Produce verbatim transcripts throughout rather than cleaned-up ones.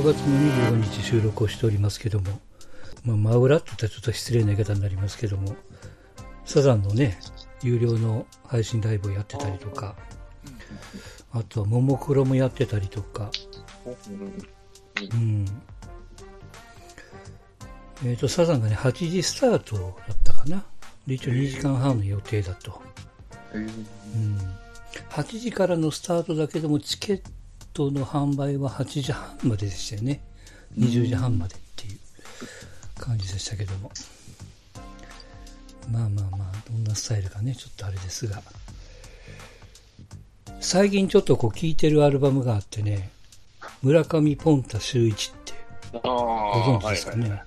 がつのにじゅうごにち収録をしておりますけども、まあ、真裏って言ったらちょっと失礼な言い方になりますけども、サザンのね、有料の配信ライブをやってたりとか、あとはももクロもやってたりとか、うん。えっと、サザンがね、はちじスタートだったかな。で、一応にじかんはんの予定だと。うん。はちじからのスタートだけども、チケットの販売ははちじはんまででしたよね。にじゅうじはんまでっていう感じでしたけども。まあまあまあ、どんなスタイルかね、ちょっとあれですが。最近ちょっとこう聴いてるアルバムがあってね、村上ポンタ秀一ってご存知ですかね。はいはいはい、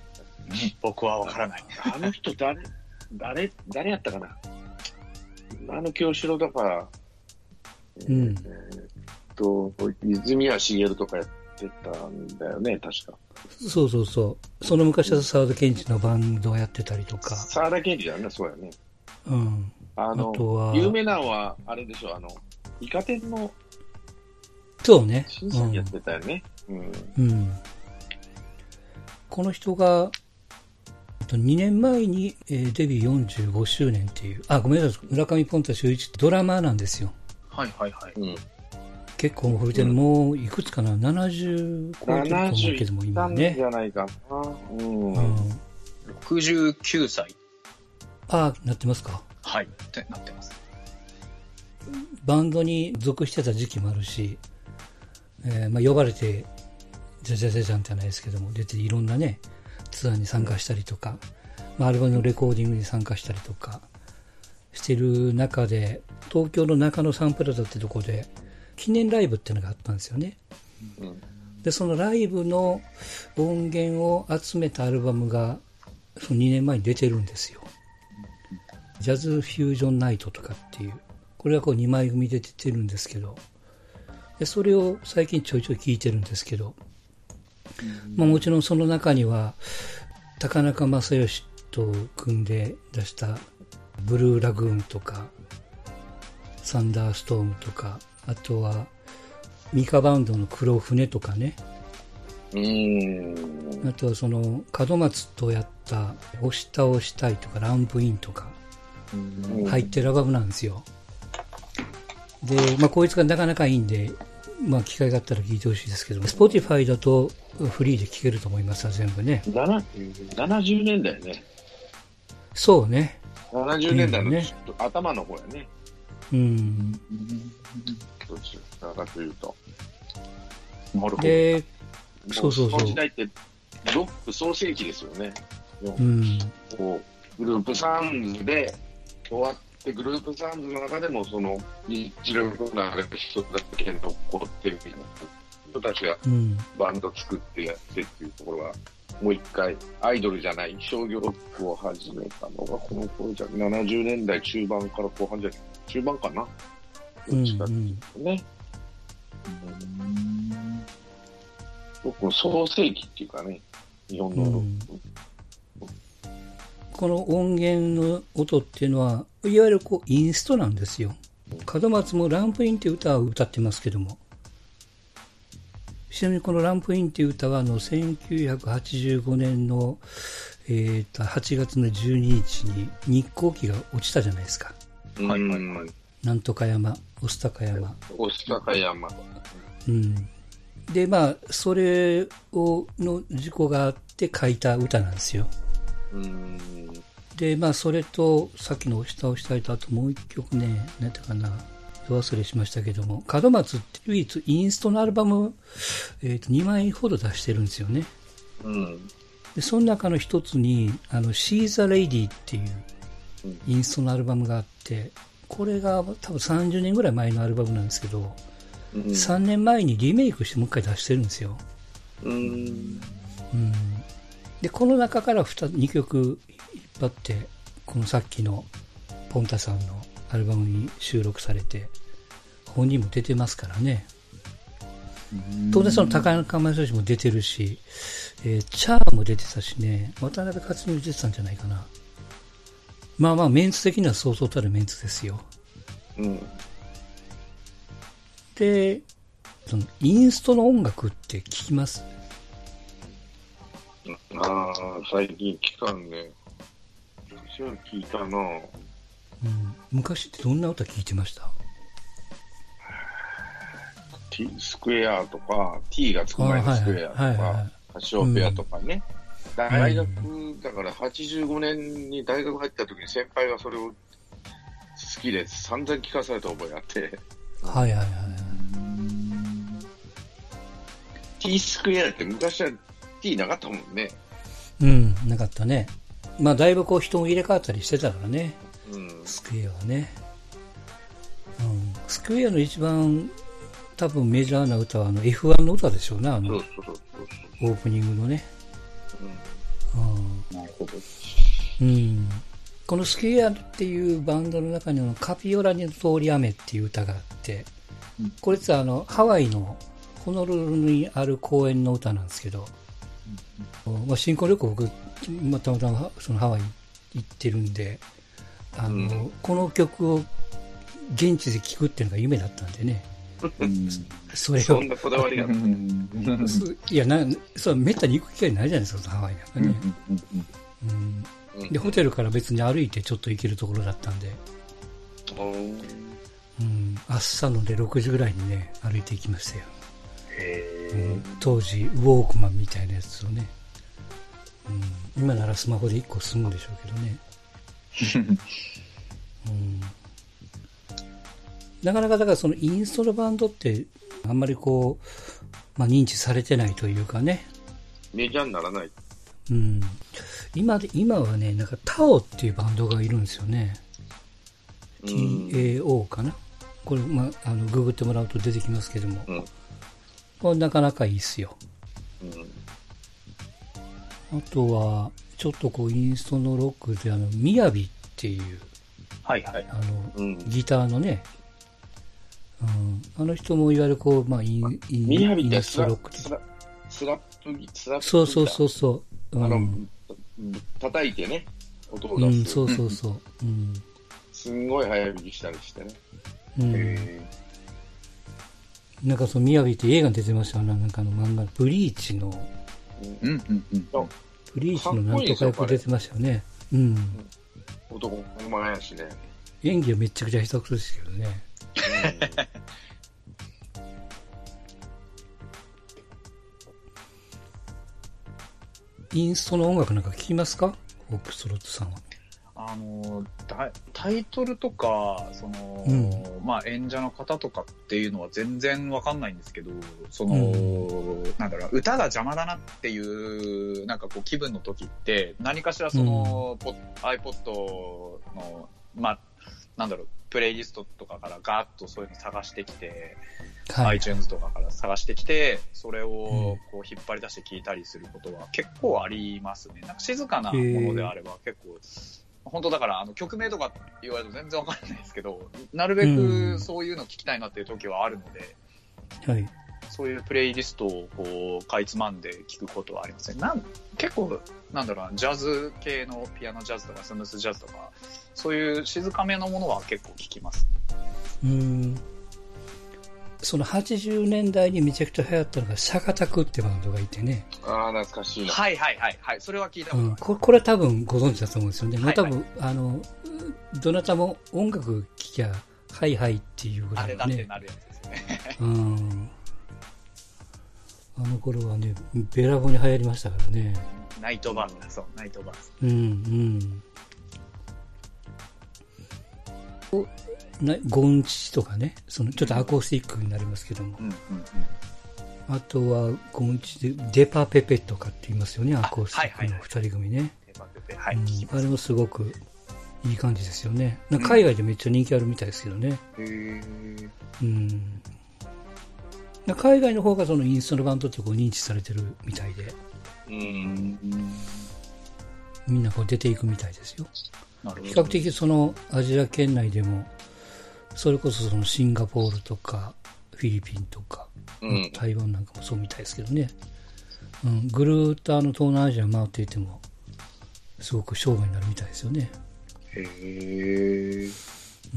僕はわからない。 あの人誰、誰、誰やったかな。あの京志郎だから、 うん、 えー、っと、泉谷しげるとかやってたんだよね、確か。 そうそうそう。その昔は沢田研二のバンドをやってたりとか。 沢田研二だよね、そうやね。 うん。 あの、あとは有名なのは、あれでしょ、あの、イカ天の、 そうね。 審査やってたよね。 うん。うんうん、この人が、にねんまえに、えー、デビューよんじゅうごしゅうねんっていう、あ、ごめんなさい、村上ポンタ秀一ってドラマーなんですよ。 はいはいはい。うん、 結構古手の、もういくつかな、ななじゅう超えてると思うけども、今ね。 じゃないかな。うん。うん、 ろくじゅうきゅうさい。 あ、なってますか。 はい、ってなってます。 バンドに属してた時期もあるし、えー、まあ呼ばれて、じゃじゃじゃじゃんじゃないですけども、出ていろんなね、ツアーに参加したりとか、まあ、アルバムのレコーディングに参加したりとかしてる中で、東京の中野サンプラザってとこで記念ライブっていうのがあったんですよね。うん、で、そのライブの音源を集めたアルバムがそのにねんまえに出てるんですよ。ジャズフュージョンナイトとかっていう、これがこうにまい組で出てるんですけど、でそれを最近ちょいちょい聴いてるんですけど、まあ、もちろんその中には高中正義と組んで出したブルーラグーンとかサンダーストームとか、あとはミカバンドの黒船とかね、 うーん、 あとはその門松とやった押し倒したいとかランプインとか入ってるアルバムなんですよ。で、まあ、こいつがなかなかいいんで、まあ、機会があったら聞いてほしいですけども、Spotify だとフリーで聴けると思います全部ね。 ななじゅうねんだよね。 そうね。 ななじゅうねんだいの、ね、頭の方やね。 うん。 どちらかというと。 で、そうそうそう。 その時代ってロック創世期ですよね。 うん。 こうグループサウンズで終わってグループサウンズの中でもその一力のある人だけ残ってるみたいな人たちがバンド作ってやってっていうところは、もう一回アイドルじゃない商業ロックを始めたのがこの頃じゃななじゅうねんだい中盤から後半じゃ中盤かな。どっちかっていうとね。うん、僕の創世期っていうかね、日本のロック。うん、 この音源の音っていうのは、いわゆるこうインストなんですよ。門松もランプインっていう歌を歌ってますけども。ちなみにこのランプインっていう歌は、あの、せんきゅうひゃくはちじゅうごねんの、えっと、はちがつのじゅうににちに日航機が落ちたじゃないですか。 はいはいはい。 なんとか山、御巣鷹山。 御巣鷹山。 うん。で、まあ、それを、の事故があって書いた歌なんですよ。 うん。 で、まあ、それと、さっきの押し倒したいと、あともう一曲ね、何てかな、ど忘れしましたけども、門松って唯一インストのアルバム、えーと、にまいほど出してるんですよね。 うん。 で、その中の一つに、あの、She's a Lady っていうインストのアルバムがあって、これが多分さんじゅうねんぐらい前のアルバムなんですけど、うん、さんねんまえにリメイクしてもう一回出してるんですよ。 うん。 うん。で、この中からにきょく引っ張って、このさっきのポンタさんのアルバムに収録されて、本人も出てますからね。当然その高中正義も出てるし、えー、チャーも出てたしね、渡辺克美も出てたんじゃないかな。まあまあメンツ的にはそうそうたるメンツですよ。 うん。 で、そのインストの音楽って聞きます？ ああ、最近聞かんね。私は聞いたな。 うん、昔ってどんな歌聞いてました？ T スクエアとか、T がつく前のスクエアとか、カシオペアとかね。うん、大学、だからはちじゅうごねんに大学入った時に先輩がそれを好きで散々聞かされた覚えがあって。 はいはいはい。 T スクエアって昔は T なかったもんね。 うん、なかったね。まあだいぶこう人も入れ替わったりしてたからね。うん、スクエアはね。うん、スクエアの一番多分メジャーな歌はあの エフワン の歌でしょうね。あのそうそうそうそうオープニングのね。 うん、なるほど。 うん。このスクエアっていうバンドの中にあのカピオラに通り雨っていう歌があって、うん、これ実はあのハワイのホノルルにある公園の歌なんですけど、うんまあ、新婚旅行僕、まあ、たまたまそのハワイ行ってるんで、あの、うん、この曲を現地で聴くっていうのが夢だったんでね。 うん、それをそんなこだわりがいやな、そうめったに行く機会ないじゃないですか、ハワイなんかね。うん、でホテルから別に歩いてちょっと行けるところだったんで、うん、朝のでろくじぐらいにね歩いて行きましたよ。へー、うん、当時ウォークマンみたいなやつをね、うん、今ならスマホでいっこ済むんでしょうけどね、うん、なかなかだからそのインストのバンドってあんまりこう、まあ、認知されてないというかね、 メジャーにならない。 うん、今で今はねなんかタオっていうバンドがいるんですよね。 ティーエーオー かな、これ、まあ、あのググってもらうと出てきますけども、うん、これなかなかいいっすよ、うん、あとはちょっとこうインストのロックであのみやびっていう、 はいはい、 あの、うん、ギターのね、うん、あの人もいわゆるこう、まあ、イン、イン、 みやびってインストロックスラスラップギスラップそうそうそうそう、うん、 あの叩いてね音を出す、 うん、そうそうそう、うん、 すんごい早弾きしたりしてね、 うん、へなんかそのみやびって映画に出てましたよ、なんかあの漫画ブリーチの、 うんうんうん、 ブリーチのなんとか役出てましたよね、うん、 男前やしね、 演技はめちゃくちゃ下手くそですけどね、うん、インストの音楽なんか聞きますか、フォックストロットさんは。 あのタイトルとかその、うん、まあ、演者の方とかっていうのは全然わかんないんですけど、その、うん、なんだろう、歌が邪魔だなっていうなんかこう気分の時って何かしらその、うん、iPod のまあなんだろうプレイリストとかからガーッとそういうの探してきて、はい、iTunes とかから探してきてそれをこう引っ張り出して聞いたりすることは結構ありますね。なんか静かなものであれば結構本当だからあの曲名とか言われると全然わからないですけど、なるべくそういうの聞きたいなっていう時はあるので、 うん、はい、 そういうプレイリストをこうかいつまんで聞くことはありますね。なん結構なんだろうな、ジャズ系のピアノジャズとかスムースジャズとかそういう静かめのものは結構聞きますね。 うーん、そのはちじゅうねんだいにめちゃくちゃ流行ったのがシャカタクってバンドがいてね。 ああ、懐かしいな。 はいはいはいはい、それは聞いたことある、うん、こ, これは多分ご存知だと思うんですよね。はいはい、多分あのどなたも音楽聴きゃはいはいっていうぐらいのね。 あれだってなるやつですよね。 うん。あの頃はねべらぼうに流行りましたからね。 ナイトバーだ、そうナイトバー。 うんうん。ゴンチとかね、そのちょっとアコースティックになりますけども、うんうんうん、あとはゴンチでデパペペとかって言いますよね、アコースティックの二人組ね、はいはいはい、デパペペ、はい、うん、あれもすごくいい感じですよね。なんか海外でめっちゃ人気あるみたいですけどね、うん、うん、海外の方がそのインストのバンドってこう認知されてるみたいで、うん、みんなこう出ていくみたいですよ。なるほど。比較的そのアジア圏内でもそれこそそのシンガポールとかフィリピンとか、うん、台湾なんかもそうみたいですけどね、うん、ぐるーっとあの東南アジア回っていてもすごく商売になるみたいですよね。へー、うん、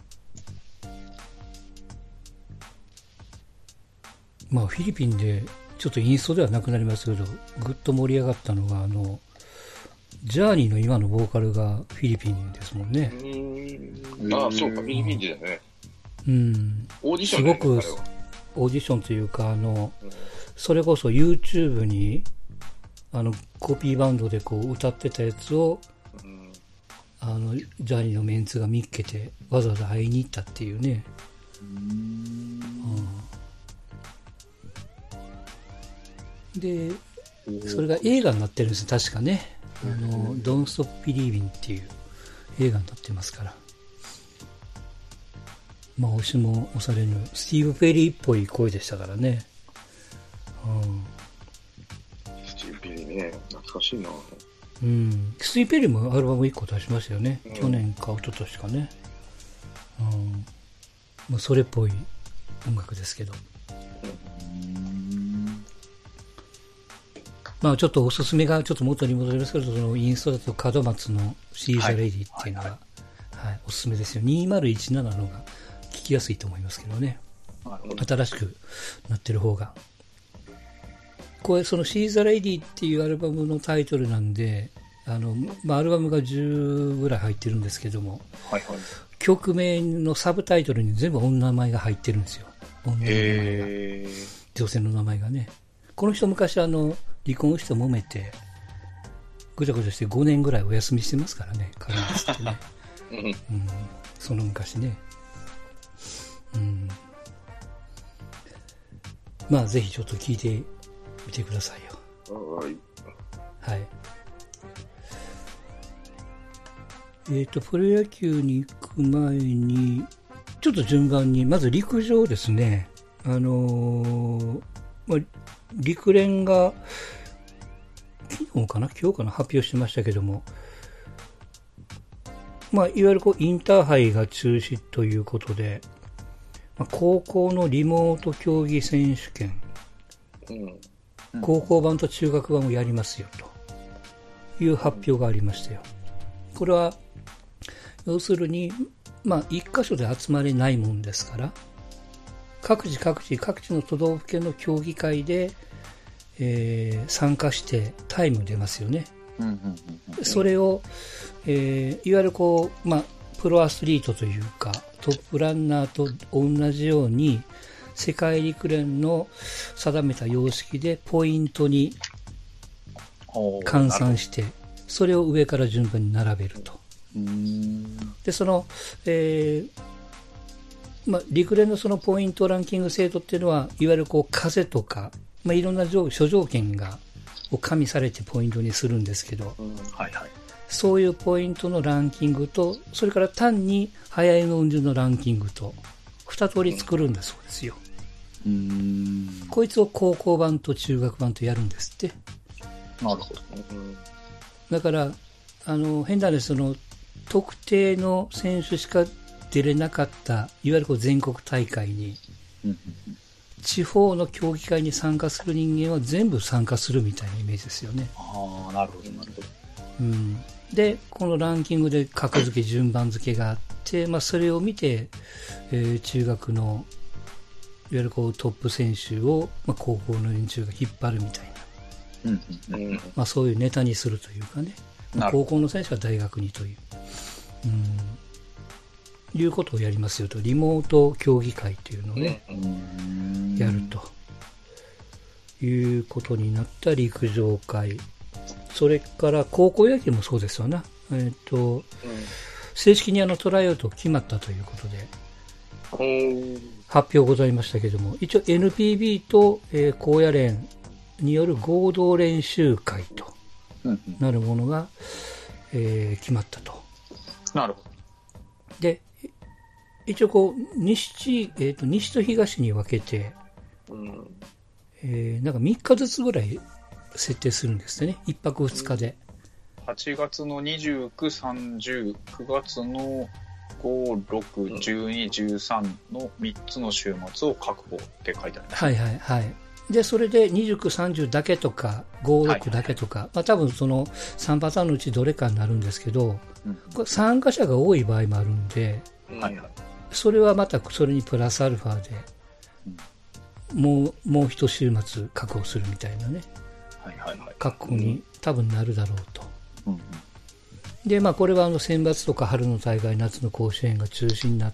まあフィリピンでちょっとインストではなくなりますけど、ぐっと盛り上がったのが、あの、ジャーニーの今のボーカルがフィリピンですもんね。 うん。ああ、そうか、フィリピン人だね。 うん。 オーディションだね、 すごく、オーディションというか、あの、うん、それこそ YouTube に、あの、コピーバンドでこう歌ってたやつを、うん、あの、ジャーニーのメンツが見っけて、わざわざ会いに行ったっていうね。うーん、うん、で、それが映画になってるんですよ、確かね。あの、Don't Stop Believing っていう映画になってますから。まあ、押しも押されぬ、スティーブ・ペリーっぽい声でしたからね。うん、 スティーブ・ペリーね、懐かしいな。 うん。スティーブ・ペリーもアルバムいっこ出しましたよね。うん、去年か一昨年かね。うん。まあ、それっぽい音楽ですけど。まあちょっとおすすめがちょっと元に戻りますけど、そのインストだと門松のシーザーレディっていうのが、はいはいはい、おすすめですよ。にせんじゅうななのが聞きやすいと思いますけどね。新しくなってる方が。これそのシーザーレディっていうアルバムのタイトルなんで、あの、まあアルバムがじゅうぐらい入ってるんですけども、はいはい、曲名のサブタイトルに全部女の名前が入ってるんですよ。女の名前が。女性の名前がね。この人昔あの、離婚して揉めて、ぐちゃぐちゃしてごねんぐらいお休みしてますからね、彼女ってね。うん、その昔ね。うん、まあぜひちょっと聞いてみてくださいよ。はい。はい。えっと、プロ野球に行く前に、ちょっと順番に、まず陸上ですね。あのー、まあ、陸連が、昨日かな今日かな発表してましたけども、まあ、いわゆるこう、インターハイが中止ということで、まあ、高校のリモート競技選手権、うん、高校版と中学版をやりますよ、という発表がありましたよ。これは、要するに、まあ、一箇所で集まれないもんですから、各地各地各地の都道府県の競技会で、えー、参加してタイム出ますよね。それを、えー、いわゆるこう、まあ、プロアスリートというかトップランナーと同じように世界陸連の定めた様式でポイントに換算してそれを上から順番に並べると。でその、えーまあ、陸連のそのポイントランキング制度っていうのはいわゆるこう風とか、まあ、いろんな諸条件が加味されてポイントにするんですけど、うんはいはい、そういうポイントのランキングとそれから単に早いの運順のランキングと二通り作るんだそうですよ。うーんこいつを高校版と中学版とやるんですって。 なるほど。 だからあの変な話その特定の選手しか出れなかったいわゆるこう全国大会に、うん、地方の競技会に参加する人間は全部参加するみたいなイメージですよね。 ああ、なるほどなるほど。 うん、でこのランキングで格付け順番付けがあって、まあ、それを見て、えー、中学のいわゆるこうトップ選手を、まあ、高校の連中が引っ張るみたいな、うんうんまあ、そういうネタにするというかね、まあ、高校の選手は大学にという、うん、いうことをやりますよと。リモート競技会というのをね、うん、やるということになった陸上会。それから高校野球もそうですよな、えーとうん、正式にあのトライアウト決まったということで発表ございましたけども、一応 エヌピービー と、えー、高野連による合同練習会となるものが、えー、決まったと。 なるほど。 で一応こう 西,、えー、と西と東に分けて、うんえー、なんかみっかずつぐらい設定するんですね。いっぱくふつかで。 はちがつのにじゅうく、さんじゅう、くがつのご、ろく、じゅうに、じゅうさんのみっつの週末を確保って書いてあります。 はいはいはい。で、それでにじゅうく、さんじゅうだけとか、ご、ろくだけとか、はいはい、まあ多分そのさんパターンのうちどれかになるんですけど、うん、これ参加者が多い場合もあるんで、はいはい、それはまたそれにプラスアルファで、 もう、もう一週末確保するみたいなね、 はいはいはい。 確保に多分なるだろうと。 うんうん、 で、まあ、これはあの選抜とか春の大会、夏の甲子園が中止になって、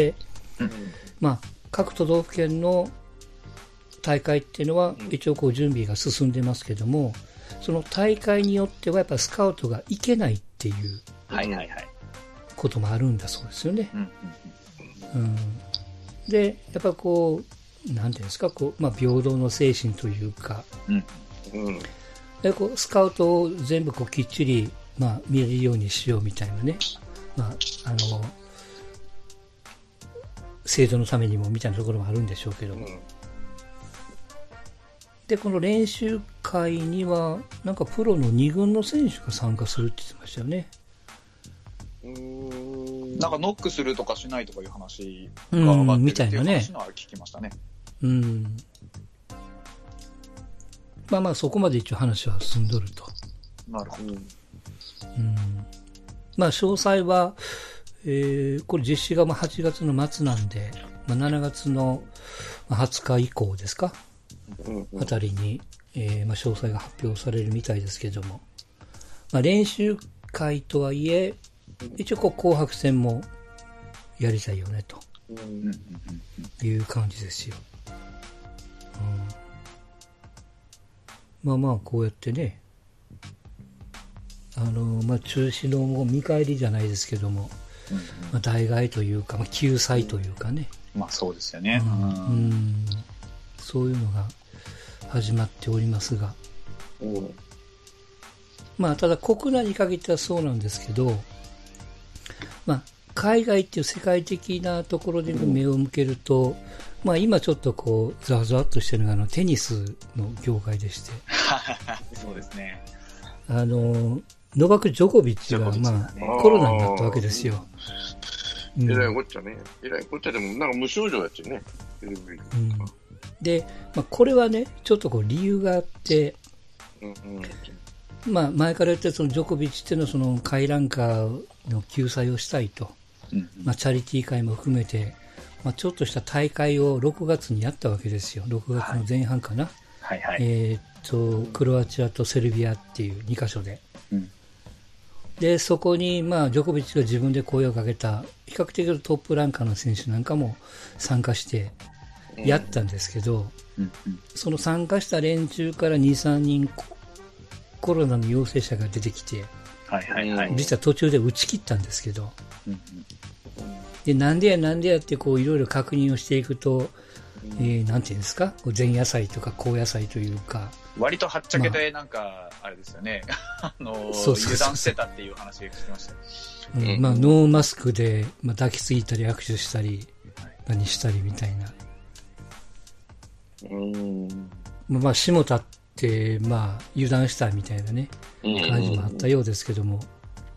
うん、 まあ、各都道府県の大会っていうのは一応こう準備が進んでますけども、その大会によってはやっぱスカウトが行けないっていうこともあるんだそうですよね。うん、で、やっぱこう、なんていうんですか、こう、まあ、平等の精神というか、うんうん、でこうスカウトを全部こうきっちり、まあ、見れるようにしようみたいなね、まあ、あの、制度のためにもみたいなところもあるんでしょうけども。うん、で、この練習会には、なんかプロのに軍の選手が参加するって言ってましたよね。 うーん、なんかノックするとかしないとかいう話が上がってるっていう話のは聞きましたね。 うん。まあまあそこまで一応話は進んどると。 なるほど。うん。 まあ詳細は、えー、これ実施がまあはちがつの末なんで、まあ、しちがつのはつか以降ですか、うんうん、あたりに、えーまあ、詳細が発表されるみたいですけども、まあ、練習会とはいえ、一応こう紅白戦もやりたいよねという感じですよ。うん、まあまあこうやってね、あのまあ中止のもう見返りじゃないですけども、うんうん、まあ、代替というか、まあ、救済というかね、 まあそうですよね、 うんうん、そういうのが始まっておりますが、うん、まあただ国内に限ってはそうなんですけど、まあ海外っていう世界的なところで目を向けると、うん、まあ今ちょっとこうざわざわっとしてるのがあのテニスの業界でしてそうですね、 あのノバク・ジョコビッチが、まあ、コロナになったわけですよ。 えらいこっちゃね。えらいこっちゃでも、なんか無症状やっちゃね。うん、 で、まあ、これはね、ちょっとこう理由があって、うんうん、まあ、前から言ってそのジョコビッチっていうのはその回覧歌の救済をしたいと、うんうん、まあ、チャリティー会も含めて、まあ、ちょっとした大会をろくがつにやったわけですよ。ろくがつの前半かな。はいはいはい、えー、っと、クロアチアとセルビアっていうにカ所で。うん、でそこに、まあ、ジョコビッチが自分で声をかけた比較的トップランカーの選手なんかも参加してやったんですけど、うんうん、その参加した連中からに、さんにんコロナの陽性者が出てきて、はいはいはい、実は途中で打ち切ったんですけど、うんうん、でなんでやなんでやってこういろいろ確認をしていくと、えー、なんていうんですか、前夜祭とか後夜祭というか、 割とはっちゃけてなんかあれですよね、まあ、あの油断してたっていう話を聞きました、 うん、まあ、ノーマスクで、まあ、抱きついたり握手したり、はい、何したりみたいな、うん、まあ下田ってまあ油断したみたいなね感じもあったようですけども、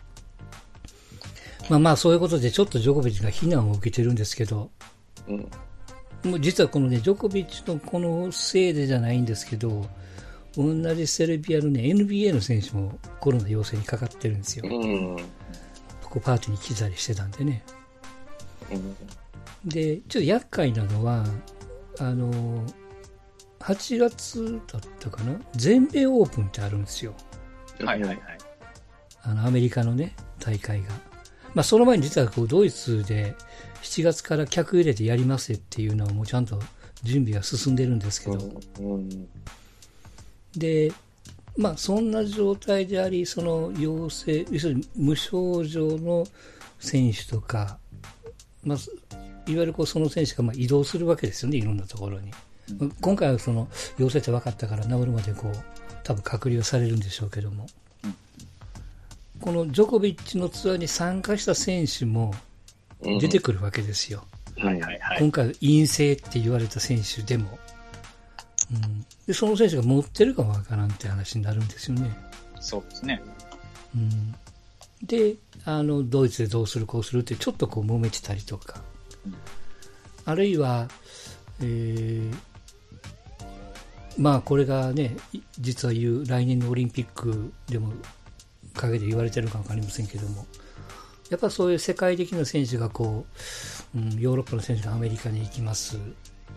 まあまあそういうことでちょっとジョコビッチが非難を受けてるんですけど、うん、もう実はこのねジョコビッチのこのせいでじゃないんですけど、同じセルビアのね エヌビーエー の選手もコロナ陽性にかかってるんですよ。うん、ここパーティーに来たりしてたんでね。うん、でちょっと厄介なのはあのはちがつだったかな、全米オープンってあるんですよ。はいはいはい。あのアメリカのね大会が。まあその前に実はこうドイツでしちがつから客入れてやりますっていうのはもうちゃんと準備が進んでるんですけど。うんうん、で、まあそんな状態であり、その陽性、要するに無症状の選手とか、まあ、いわゆるこうその選手がまあ移動するわけですよね、いろんなところに。うん、今回はその陽性って分かったから治るまでこう多分隔離をされるんでしょうけども、うん、このジョコビッチのツアーに参加した選手も出てくるわけですよ。うん、はいはいはい、今回陰性って言われた選手でも、うん、でその選手が持ってるかもわからんって話になるんですよね。 そうですね。 うん、で、あのドイツでどうするこうするってちょっとこう揉めてたりとか、うん、あるいは、えー、まあこれがね実は言う来年のオリンピックでも陰で言われてるかわかりませんけども、やっぱそういう世界的な選手がこう、うん、ヨーロッパの選手がアメリカに行きます。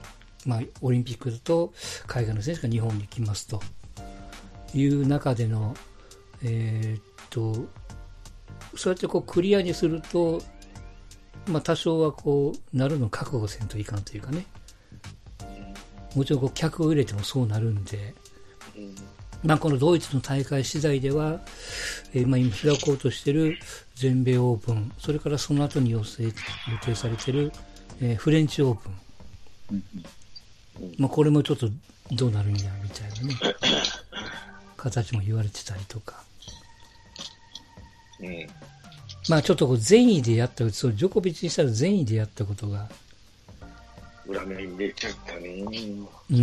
まあ、オリンピックだと海外の選手が日本に来ますという中での、えー、っとそうやってこうクリアにすると、まあ、多少はこうなるの覚悟せんといかんというかね、もちろんこう客を入れてもそうなるんで、まあ、このドイツの大会次第では、えー、まあ今開こうとしている全米オープン、それからその後に予定、予定されている、えー、フレンチオープン、うんうん、まあ、これもちょっとどうなるんやみたいなね形も言われてたりとか、うん、まあちょっとこう善意でやった、そうジョコビッチにしたら善意でやったことが裏目に出ちゃったね。うーん、うん、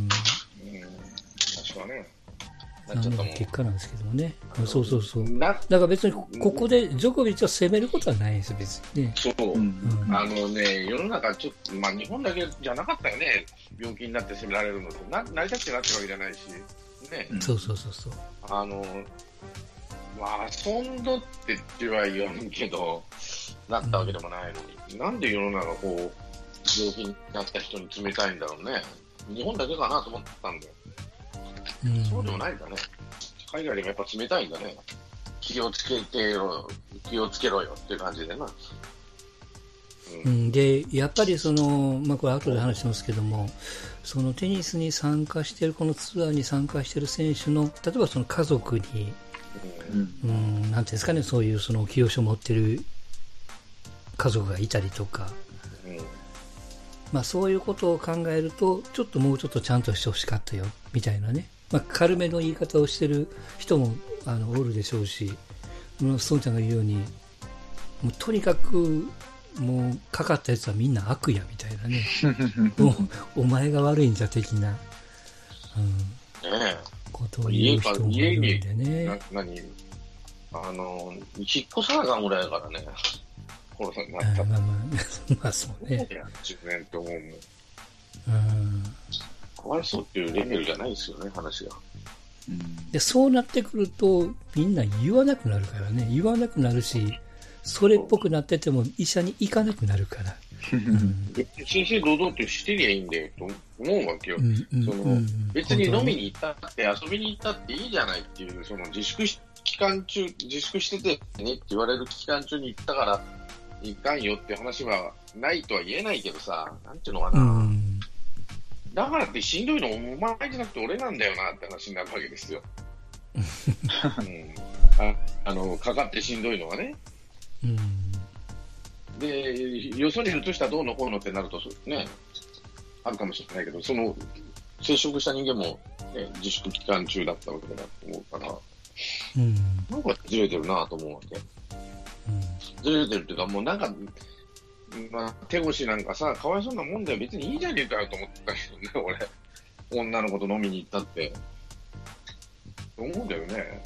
確かね。 結果なんですけどもね。そうそうそう。だから別にここでジョコビッチを責めることはないんですよ、別にね。 そう。うん、あのね、世の中ちょっと、まあ日本だけじゃなかったよね。病気になって責められるのって。な、なりたくてなってるわけじゃないし。ね。 うん、そうそうそうそう。 あの、まあ遊んどってっては言わんけど、なったわけでもないのに。うん、なんで世の中こう、病気になった人に冷たいんだろうね。日本だけかなと思ったんだよ。うん、そうでもないんだね。海外でもやっぱ冷たいんだね。気をつけてよ、気をつけろよっていう感じでな。 うん、うん、で、やっぱりその、まあこれ後で話しますけども、そのテニスに参加している、このツアーに参加している選手の、例えばその家族に、うん、うん、なんていうんですかね、そういうその清書を持っている家族がいたりとか、うん、まあそういうことを考えると、ちょっともうちょっとちゃんとしてほしかったよ、みたいなね。まあ、軽めの言い方をしてる人もあのおるでしょうし、ストーンちゃんが言うように、もうとにかくもうかかったやつはみんな悪やみたいなねもうお前が悪いんじゃ的な、うん、ね、ことを言う人もいるんでね。 な何あの引っ越さなあかんぐらいだからね、コロナになった。 まあまあまあそうね。 じゅうねんって思うもん。 うん、 かわいそうっていうレベルじゃないですよね、話が。 うん、でそうなってくるとみんな言わなくなるからね、言わなくなるし、それっぽくなってても医者に行かなくなるから、うん、 先生堂々としてりゃいいんだよと思うわけよ、うんうん、その、うん、別に飲みに行ったって遊びに行ったっていいじゃないっていう、その自粛期間中自粛しててねって言われる期間中に行ったからいかんよって話はないとは言えないけどさ、なんていうのかな、うん、だからってしんどいのお前じゃなくて俺なんだよなって話になるわけですよ、うん、あ, あのかかってしんどいのはね、うん、でよそに移したらどうのこうのってなるとね、あるかもしれないけど、その接触した人間も、ね、自粛期間中だったわけだと思うから、うん、なんかずれてるなと思うわけ、うん、ずれてるっていうか、もうなんか、まあ、手越しなんかさ、かわいそうなもんだよ、別にいいじゃねえかよと思ったけどね、俺、女の子と飲みに行ったって、思うんだよね。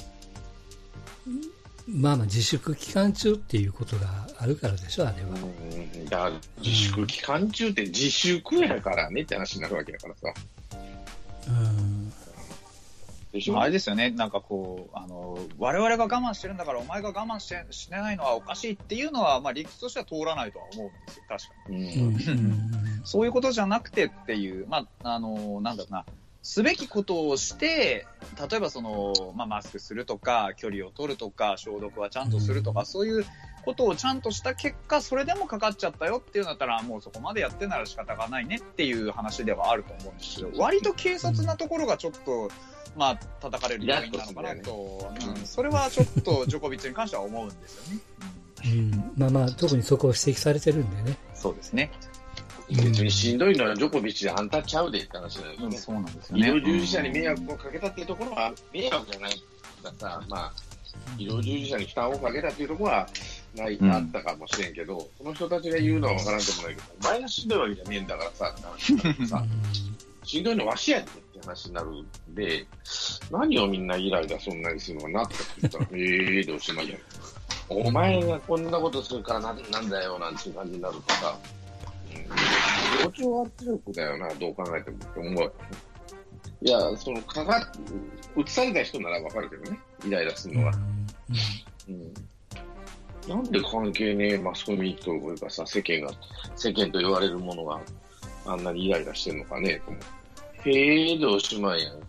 まあまあ自粛期間中っていうことがあるからでしょ、あれは。 うん、だから自粛期間中って自粛やからねって話になるわけだからさ。 うん。でしょ、あれですよね、なんかこう、あの、我々が我慢してるんだからお前が我慢して、してないのはおかしいっていうのは、まあ理屈としては通らないとは思うんですよ、確かに。うん、そういうことじゃなくてっていう、まあ、あの、なんだろうな、すべきことをして、例えばその、まあ、マスクするとか、距離を取るとか、消毒はちゃんとするとか、うん、そういうことをちゃんとした結果、それでもかかっちゃったよっていうんだったら、もうそこまでやってなら仕方がないねっていう話ではあると思うんですけど、割と軽率なところがちょっと、まあ、叩かれる要因なのかなと、うん、それはちょっとジョコビッチに関しては思うんですよね。 うん、まあまあ、特にそこを指摘されてるんでね。 そうですね。 別にしんどいのはジョコビッチであんたちゃうでって話だよね、うん、そうなんですよね。医療従事者に迷惑をかけたっていうところは迷惑じゃないからさ、まあ、医療従事者に負担をかけたっていうところはない、うん、あったかもしれんけど、その人たちが言うのは分からんでもないけど、お前がしんどいわけじゃねえんだからさ、さしんどいのわしやでって話になるんで、何をみんなイライラそんなにするのかなって言ったら、ええー、でおしまいやん。お前がこんなことするから な, なんだよなんていう感じになるとか。同調圧力だよな、どう考えてもって思う。いや、そのかか移された人ならわかるけどね、イライラするのは、うんうん。なんで関係ねえマスコミというかさ、世間が世間と言われるものがあんなにイライラしてんのかねと思って。へえでおしまいやん。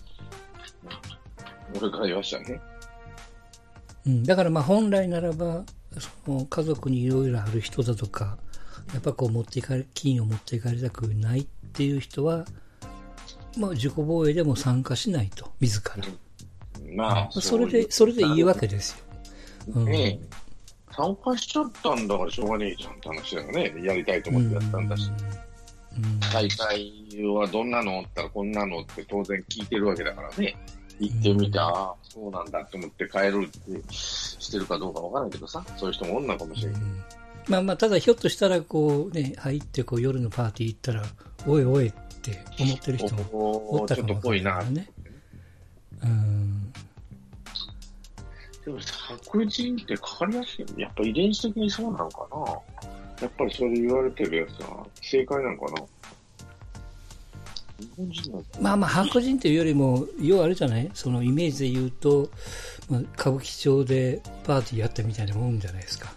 俺から言わしたね。 うん、だからまあ本来ならば、その家族にいろいろある人だとか、やっぱこう持っていかれ、金を持っていかれたくないっていう人は、まあ自己防衛でも参加しないと、自ら。 まあ、 それで、それでいいわけですよ。うん、 ねえ。参加しちゃったんだからしょうがねえじゃんって話だよね。やりたいと思ってやったんだし。うん、大会はどんなのって言ったらこんなのって当然聞いてるわけだからね。行ってみて、うん、ああ、そうなんだって思って帰るってしてるかどうかわからないけどさ、そういう人もおんなかもしれない。うん、まあまあ、ただひょっとしたらこうね、入ってこう夜のパーティー行ったら、おいおいって思ってる人もおったかもわからないからね。うん。 でも白人ってかかりやすいよね。やっぱ遺伝子的にそうなのかな。やっぱりそれ言われてるやつは正解なのかな。 まあまあ白人というよりも要はあれじゃない、そのイメージで言うと、まあ、歌舞伎町でパーティーやったみたいなもんじゃないですか。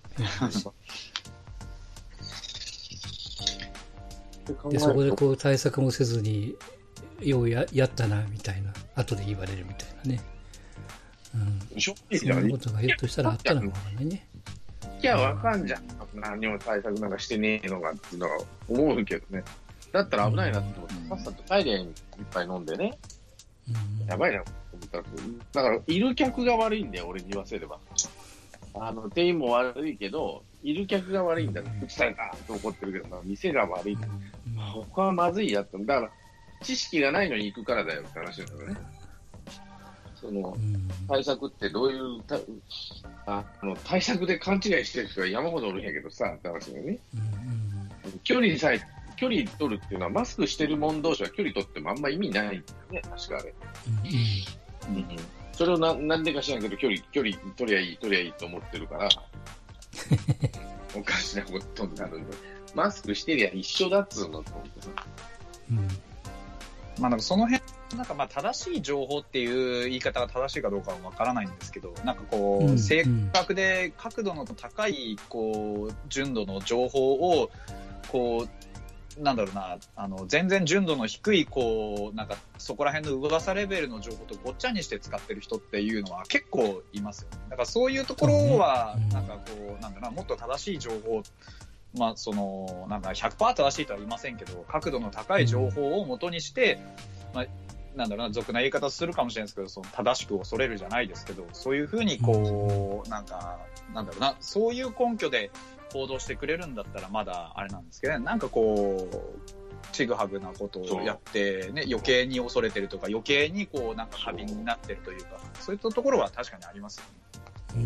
でそこでこう対策もせずによう や, やったなみたいな後で言われるみたいなね、うん、そんなことがひょっとしたらあったのかもわかんないね。 いやわかんじゃん、うん、何も対策なんかしてねえのかっていうのは思うけどね。だったら危ないなって思って、さっさと帰りゃいっぱい飲んでね、うん、やばいなと思ったら、だからいる客が悪いんだよ、俺に言わせれば。あの店員も悪いけど、いる客が悪いんだよ、うちされたと怒ってるけど、まあ、店が悪い、うん、他はまずいやって、だから知識がないのに行くからだよって話なんだよね。その対策ってどういうたああの対策で勘違いしてる人が山ほどおるんやけどさって話だよね。うん、距離さえ距離取るっていうのはマスクしてる者同士は距離取ってもあんま意味ないんだよね、確かあれ。うんうん、それをななんでか知らんけど距離距離取りゃいい取りゃいいと思ってるからおかしなことになるんで、マスクしてりゃ一緒だっつうのと思って、 うん、まあなんかその辺なんかまあ正しい情報っていう言い方が正しいかどうかはわからないんですけど、なんかこう、うん、正確で角度の高いこう純度の情報をこうなんだろうな、あの全然純度の低いこうなんかそこら辺の噂レベルの情報とごっちゃにして使ってる人っていうのは結構いますよね。だからそういうところはなんかこうなんだろうな、もっと正しい情報、まあそのなんか ひゃくパーセント 正しいとは言いませんけど、角度の高い情報を元にして、まあなんだろうな、俗な言い方するかもしれないですけど、その正しく恐れるじゃないですけど、そういうふうにこうなんかなんだろうな、そういう根拠で行動してくれるんだったらまだあれなんですけどね、なんかこうちぐはぐなことをやってね、余計に恐れてるとか余計にこうなんか過敏になってるというか、そういったところは確かにありますよね。うん、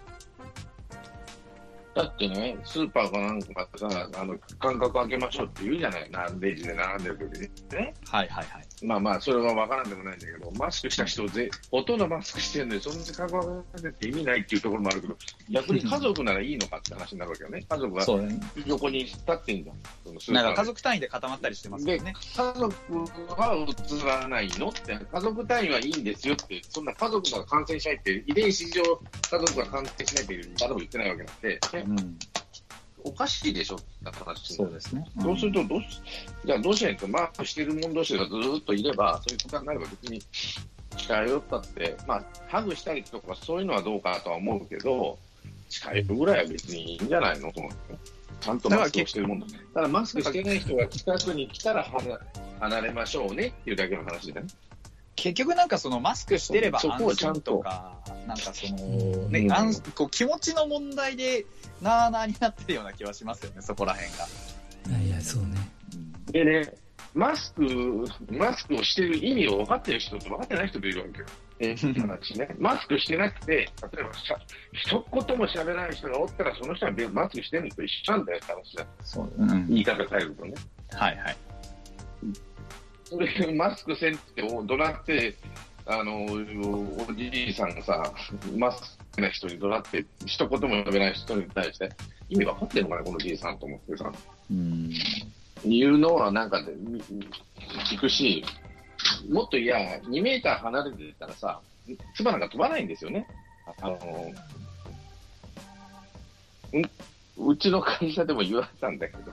だってね、スーパーかなんかさ、あの間隔空けましょうって言うじゃない、レジで並んでる時にね。 はいはいはい。 まあまあそれは分からんでもないんだけど、マスクした人ぜほとんどマスクしてるのにそんなに間隔空けて意味ないっていうところもあるけど、逆に家族ならいいのかって話になるわけよね。家族が横に立ってんじゃん。 そのなんか家族単位で固まったりしてますよね。 家族は映らないのって、家族単位はいいんですよって、そんな家族が感染しないって遺伝子上家族が感染しないって誰も言ってないわけなんで。うん、おかしいでしょって話。 そうですね。 うん、そうするとどうし、じゃあどうしないとマークしてる者同士がずっといれば、そういうことになれば別に近寄ったって、まあハグしたりとかそういうのはどうかとは思うけど、近寄るぐらいは別にいいんじゃないのと思って。ちゃんとマスクをしてるもんだ。ただマスクしてない人が近くに来たら離れましょうねっていうだけの話だね。 結局なんかそのマスクしてれば安心とか、なんかそのね、うん、安こう気持ちの問題でなあなあになってるような気はしますよね、そこら辺が。 いやそうね。 でね、マスクマスクをしてる意味を分かってる人と分かってない人といるわけよ。え話ね、マスクしてなくて、例えば一言も喋らない人がおったらその人はマスクしてるのと一緒なんだよって話だ。そう、うん、言い方変えるとね。 はいはい。 それでマスクせんって怒鳴って、あのおじいさんがさ、マスクな人に怒鳴って一言も喋らない人に対して意味分かってるのかなこのじいさんと思ってさ、うん、言うのはなんかで聞くし、もっといやにメーター離れてたらさ、唾なんか飛ばないんですよね。あのう, うちの会社でも言われたんだけど、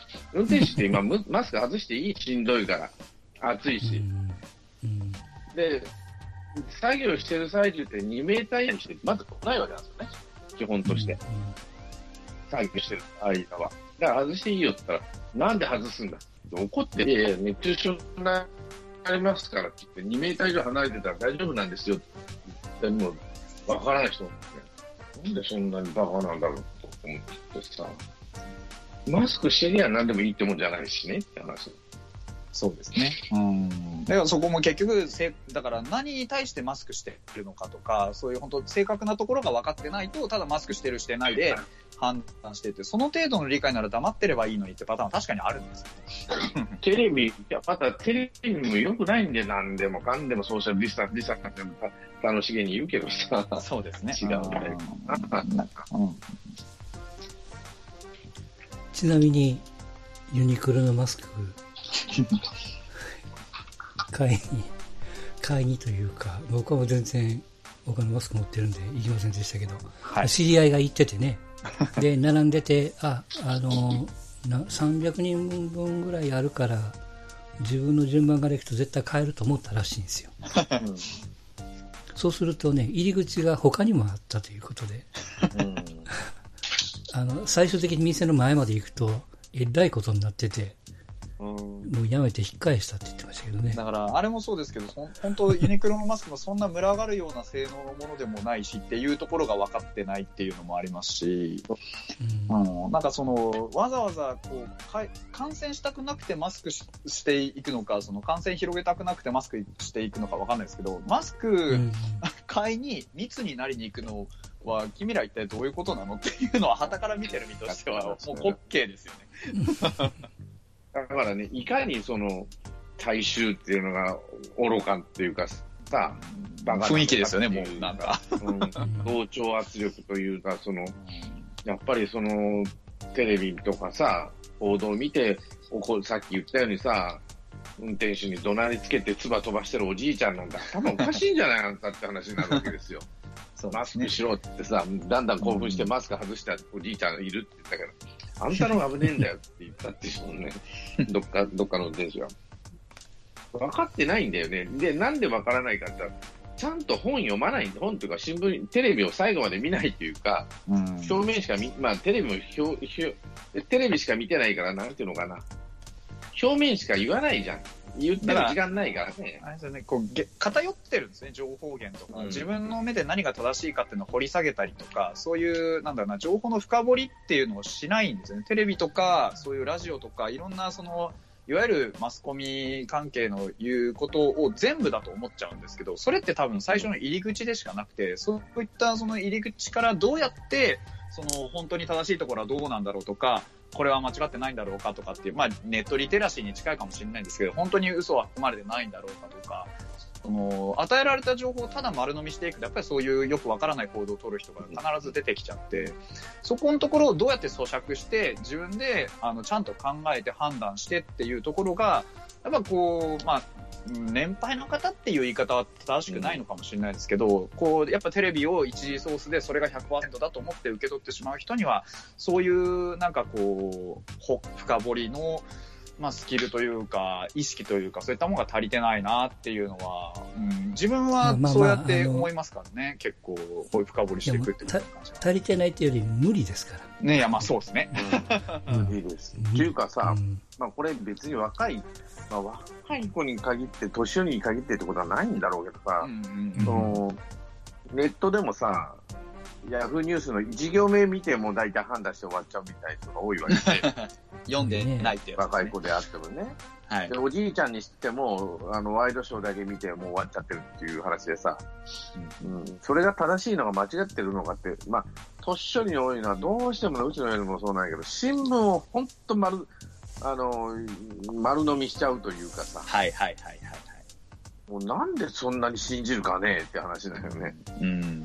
運転手って今マスク外していい？しんどいから。暑いし。 うんうん、 で、作業してる最中ってにメーター以内にしてまず来ないわけなんですよね。基本として。うんうん、作業してる間は。だから外していいよって言ったら、なんで外すんだって怒って、いやいや、熱中症になりますからって言って、にメーター以上離れてたら大丈夫なんですよって言っても、わからない人もね、なんでそんなにバカなんだろうと思ってさ、マスクしてりゃ何でもいいってもんじゃないしねって話。 そうですね。うん。だからそこも結局、だから何に対してマスクしてるのかとか、そういう本当正確なところが分かってないと、ただマスクしてるしてないで判断してて、その程度の理解なら黙ってればいいのにってパターンは確かにあるんですよ。 テレビ、いや、またテレビも良くないんで、何でもかんでもソーシャルディスタンス、ディスタンスって楽しげに言うけどさ。 そうですね。 違うんだよ。うん、 ちなみに、ユニクロのマスク、買いに、買いにというか、僕はもう全然他のマスク持ってるんで行きませんでしたけど、はい、知り合いが行っててね、で、並んでて、あ、あの、なさんびゃくにんぶんぐらいあるから、自分の順番ができると絶対買えると思ったらしいんですよ。うん、そうするとね、入り口が他にもあったということで、うん、あの最終的に店の前まで行くと、えらいことになってて、うん、もうやめて引っ返したって言ってましたけどね。 だからあれもそうですけど、本当ユニクロのマスクもそんな群がるような性能のものでもないしっていうところが分かってないっていうのもありますし、うんうん、なんかそのわざわざこうか感染したくなくてマスク し, していくのか、その感染広げたくなくてマスクしていくのか分かんないですけど、マスク、うん、買いに密になりに行くのは君ら一体どういうことなのっていうのは傍から見てる身としてはもう滑稽ですよね。 だからね、いかにその大衆っていうのが愚かっていうかさ、 バカ雰囲気ですよね、もうなんか、 うん、同調圧力というか、そのやっぱりそのテレビとかさ、報道を見て、さっき言ったようにさ、運転手に怒鳴りつけて唾飛ばしてるおじいちゃんなんだ、多分おかしいんじゃないあんたって話になるわけですよ。そうですね、マスクしろってさ、だんだん興奮してマスク外したおじいちゃんいるって言ったけど、あんたのが危ねえんだよって言ったっていうね、どっか、どっかの運転手は。分かってないんだよね。で、なんで分からないかって言ったら、ちゃんと本読まない、本というか新聞、テレビを最後まで見ないというか、うん、表面しか見、まあテレビも表、表、テレビしか見てないから、なんていうのかな。表面しか言わないじゃん。言ってる時間ないからね。 あれですよね、こうげ偏ってるんですね、情報源とか、うん、自分の目で何が正しいかっていうのを掘り下げたりとか、そういうなんだろうな、情報の深掘りっていうのをしないんですよね。テレビとかそういうラジオとかいろんなそのいわゆるマスコミ関係の言うことを全部だと思っちゃうんですけど、それって多分最初の入り口でしかなくて、そういったその入り口からどうやってその本当に正しいところはどうなんだろうとか、これは間違ってないんだろうかとかっていう、まあ、ネットリテラシーに近いかもしれないんですけど、本当に嘘は含まれてないんだろうかとか、その与えられた情報をただ丸飲みしていくと、やっぱりそういうよくわからない行動を取る人が必ず出てきちゃって、そこのところをどうやって咀嚼して自分であのちゃんと考えて判断してっていうところが、やっぱこう、まあ年配の方っていう言い方は正しくないのかもしれないですけど、うん、こうやっぱテレビを一次ソースでそれが ひゃくパーセント だと思って受け取ってしまう人には、そういうなんかこう深掘りの、まあ、スキルというか意識というか、そういったものが足りてないなっていうのは、うん、自分はそうやって思いますからね。まあまあ、結構こういう深掘りしていくっていう感じは足りてないっていうより無理ですからね。いやまあそうですね。 うん、無理です。っていうかさ、うん、まあこれ別に若いまあ、若い子に限って、年寄りに限ってってことはないんだろうけどさ、うんうんうん、そのネットでもさ、ヤフーニュースの一行目見ても大体判断して終わっちゃうみたいな人が多いわけで読んでないってやつ、ね、 若い子であってもね、はい、でおじいちゃんにしてもあのワイドショーだけ見てもう終わっちゃってるっていう話でさ、うんうん、それが正しいのが間違ってるのかって、まあ年寄りに多いのはどうしてもうちのよりもそうなんやけど、新聞をほんと丸あの丸飲みしちゃうというかさ、 はいはいはいはいはい、 もうなんでそんなに信じるかねって話だよね。 うん。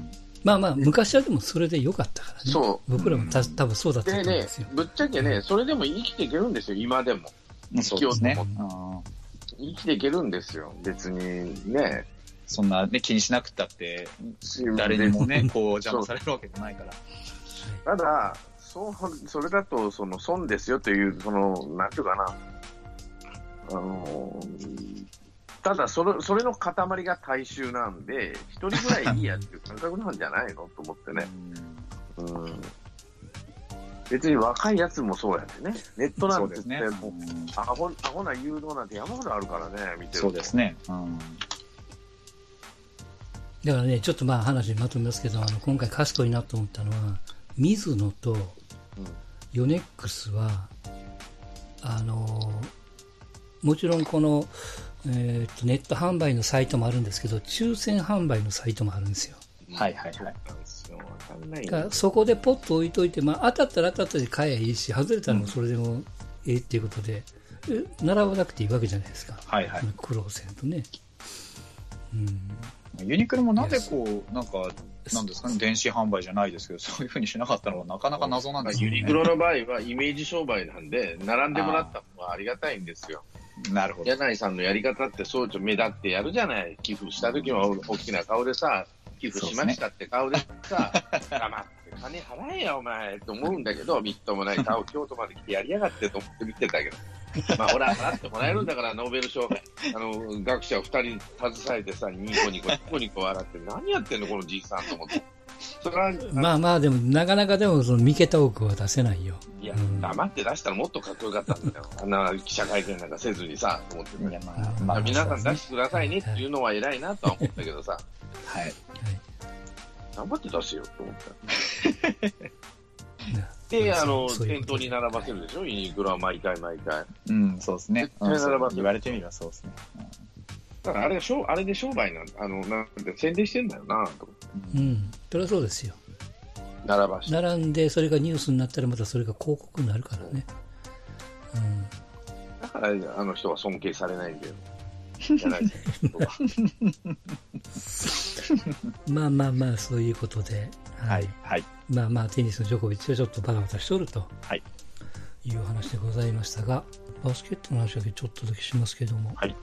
まあまあ昔はでもそれで良かったからね。そう。僕らもた多分そうだったと思うんですよ。 でね、ぶっちゃけね、それでも生きていけるんですよ、今でも。 生きようと思って、 ね、生きていけるんですよ、別にね。 そんなね気にしなくったって誰にもねこう邪魔されるわけじゃないから。 ただそう、それだと、その損ですよという、その、なんていうかな、あのー、ただそれ、それの塊が大衆なんで、一人ぐらいいいやっていう感覚なんじゃないのと思ってね。うん、別に若いやつもそうやでね。ネットなんて言って、もう、アホ、アホな誘導なんて山ほどあるからね、見てると。 そうですね。うん、 だからね、ちょっとまあ話まとめますけど、あの今回賢いなと思ったのは、水野とヨネックスは、あのもちろんこの、えー、とネット販売のサイトもあるんですけど、抽選販売のサイトもあるんですよ。 はいはいはい。 だからそこでポッと置いといて、まあ、当たったら当たったで買えばいいし、外れたらもそれでもええっていうことで、うん、並ばなくていいわけじゃないですか。 はいはい。 苦労せんとね。 うん、ユニクロもなぜこう、なんか、なんですかね、電子販売じゃないですけど、そういうふうにしなかったのはなかなか謎なんですよね。 ユニクロの場合はイメージ商売なんで、並んでもらったのはありがたいんですよ。 なるほど。 柳井さんのやり方ってそう目立ってやるじゃない。寄付した時は大きな顔でさ、寄付しましたって顔でさ、黙って金払えやお前と思うんだけど、みっともない顔京都まで来てやりやがってと思って見てたけど。まあほら、払ってもらえるんだから、ノーベル賞、あの、学者をふたり携えてさ、ニコニコ、ニコニコ笑って、何やってんのこのじいさんと思って。それはまあまあでも、なかなかでも、その、三桁億は出せないよ。 いや、うん、黙って出したらもっとかっこよかったんだよ。あんな記者会見なんかせずにさ、と思って、ね。いやまあまあ、皆さん出してくださいねっていうのは偉いなとは思ったけどさ。 はい。はい、 頑張って出せよと思った。で、あの、店頭に並ばせるでしょ、ユニクロは毎回毎回。 うん、そうですね。 絶対並ばせる。 言われてみればそうですね。うん、 だからあれがあれで商売なんだ、あの、なんて宣伝してんだよなと思って。 うん、それはそうですよ。 並ばして。 並んで、それがニュースになったらまたそれが広告になるからね。うん。 だから、あの人は尊敬されないんだよ。じゃないまあまあまあ、そういうことで。 はい。はい。 まあまあ、テニスのジョコビッチはちょっとバタバタしとると。 はい。 いう話でございましたが、バスケットの話だけちょっとだけしますけども。 はい。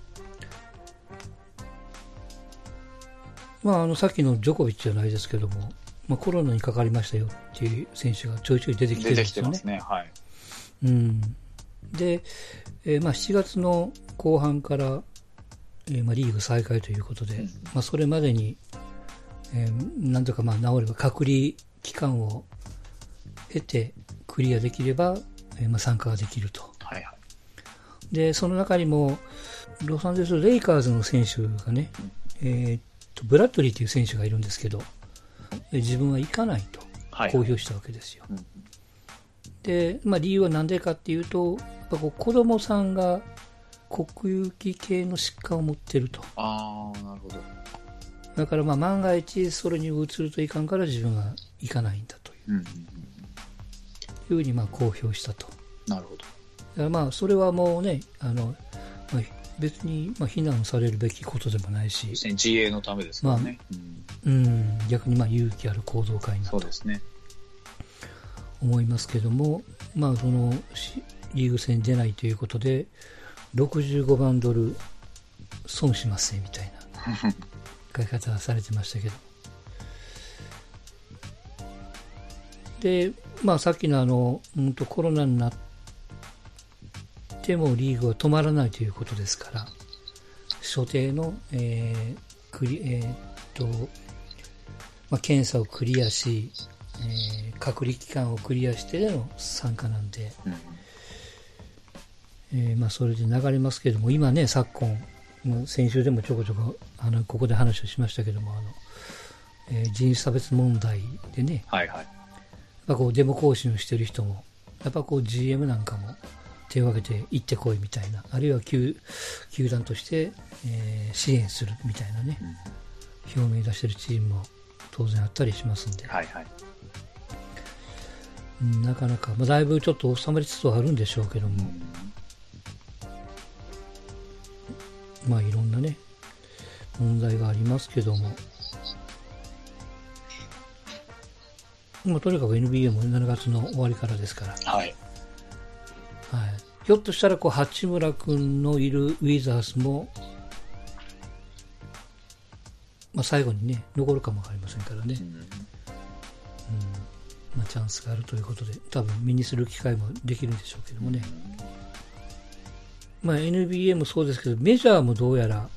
まあ、あの、さっきのジョコビッチじゃないですけども、まあ、コロナにかかりましたよっていう選手がちょいちょい出てきてるんですよね。 出てきてますね。はい。 うん。で、えー、まあしちがつの後半から、えー、まあリーグ再開ということで、うん、まあそれまでに、えー、なんとかまあ治れば隔離期間を経てクリアできれば、えー、まあ参加ができると。 はいはい。 で、その中にも、ロサンゼルスレイカーズの選手がね、うん、えー、っと、ブラッドリーという選手がいるんですけど、自分は行かないと公表したわけですよ。はいはい、うん、で、まあ、理由は何でかっていうと、やっぱこう子供さんが呼吸器系の疾患を持ってると。 ああ、なるほど。 だからまあ万が一それに移るといかんから自分は行かないんだという、うんうんうん、いうふうにまあ公表したと。 なるほど。だからまあそれはもうね、あの、まあ、別にまあ非難されるべきことでもないし、 自衛のためですからね。 まあ、うん、うん、逆にまあ勇気ある行動会なと。 そうですね。 思いますけども、まあそのリーグ戦出ないということでろくじゅうごまんドル損しますねみたいな書き方されてましたけど、でまあさっきのあの、うん、とコロナになってもリーグは止まらないということですから、所定の、えークリえーっとまあ、検査をクリアし、えー、隔離期間をクリアしてでの参加なんで、うん、えー、まあそれで流れますけども、今ね、昨今先週でもちょこちょこあのここで話をしましたけども、あの、えー、人種差別問題でね、 はいはい、 やっぱこうデモ行進をしてる人もやっぱこう ジーエム なんかも手を挙げて行ってこいみたいな、あるいは 球, 球団として、えー、支援するみたいなね、うん、表明出してるチームも当然あったりしますんで、 はいはい、 なかなか、まあ、だいぶちょっと収まりつつはあるんでしょうけども、うん、まあいろんなね問題がありますけども、まあ、とにかく エヌビーエー もしちがつの終わりからですから、 はい、 はい、ひょっとしたらこう八村君のいるウィザースも、まあ、最後にね残るかもわかりませんからね、うんうん、 まあ、チャンスがあるということで、多分目にする機会もできるんでしょうけどもね。まあ、エヌビーエー もそうですけど、メジャーもどうやら、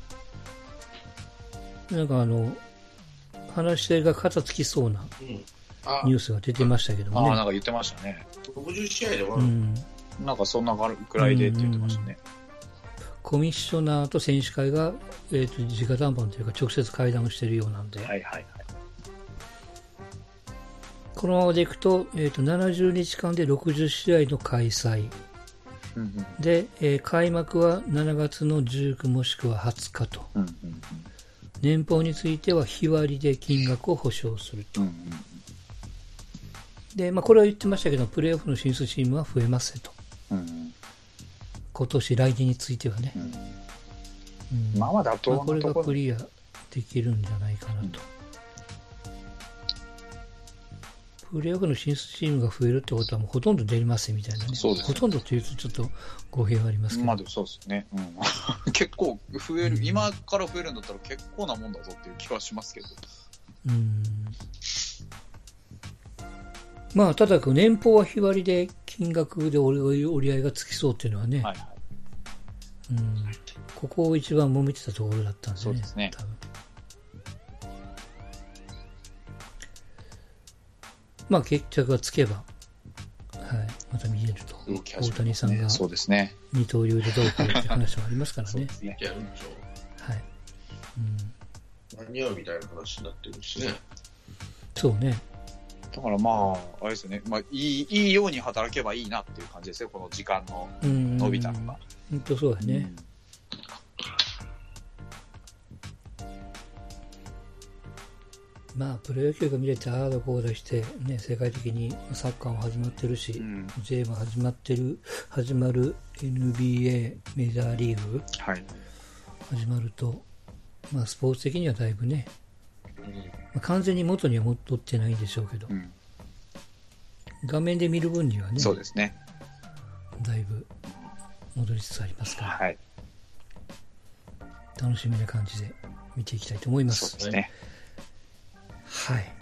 なんかあの、話し合いが肩つきそうなニュースが出てましたけどもね。 ああ、なんか言ってましたね。 ろくじゅう試合で終わる、うん、なんかそんなくらいでって言ってましたね。 コミッショナーと選手会が、えー、と直談判というか直接会談をしているようなんで、 はいはいはい、 このままでいくと、えー、とななじゅうにちかんでろくじゅうしあいの開催、うんうん、で、えー、開幕はしちがつのじゅうくもしくははつかと、うんうんうん、年俸については日割りで金額を保証すると、うんうん、で、まあ、これは言ってましたけどプレーオフの進出チームは増えますと、うんうん、今年来年についてはね、うんうん、まあまあ妥当なところ、 まあ、これがクリアできるんじゃないかなと、うん、プレーオフの進出チームが増えるってことはもうほとんど出ませんみたいなね。 そうですね。 ほとんどっていうとちょっと語弊はありますけど。 まあでもそうですね。うん、結構増える、うん、今から増えるんだったら結構なもんだぞっていう気はしますけど。 うん。まあただ年俸は日割りで金額で折り合いがつきそうっていうのはね。はいはい。うん。ここを一番揉めてたところだったんですね。 そうですね。多分。 まあ決着がつけば、はい、また見れると、うん、大谷さんが二刀流でどうかって話もありますからね。 そうですね。 はい。 うん。間に合うみたいな話になってるしね。 そうね。 だからまああれですよね。まあいいいいように働けばいいなっていう感じですよ。この時間の伸びたのが。 本当そうだね。うんまあ、プロ野球が見れてああだこうだして、ね、世界的にサッカーも始まってるし、うん、J も始まってる、始まる エヌビーエー メジャーリーグ、はい、始まると、まあ、スポーツ的にはだいぶね、うんまあ、完全に元には戻ってないんでしょうけど、うん、画面で見る分にはね、 そうですね、 だいぶ戻りつつありますから、 はい、 楽しみな感じで見ていきたいと思います。 そうですね。 はい。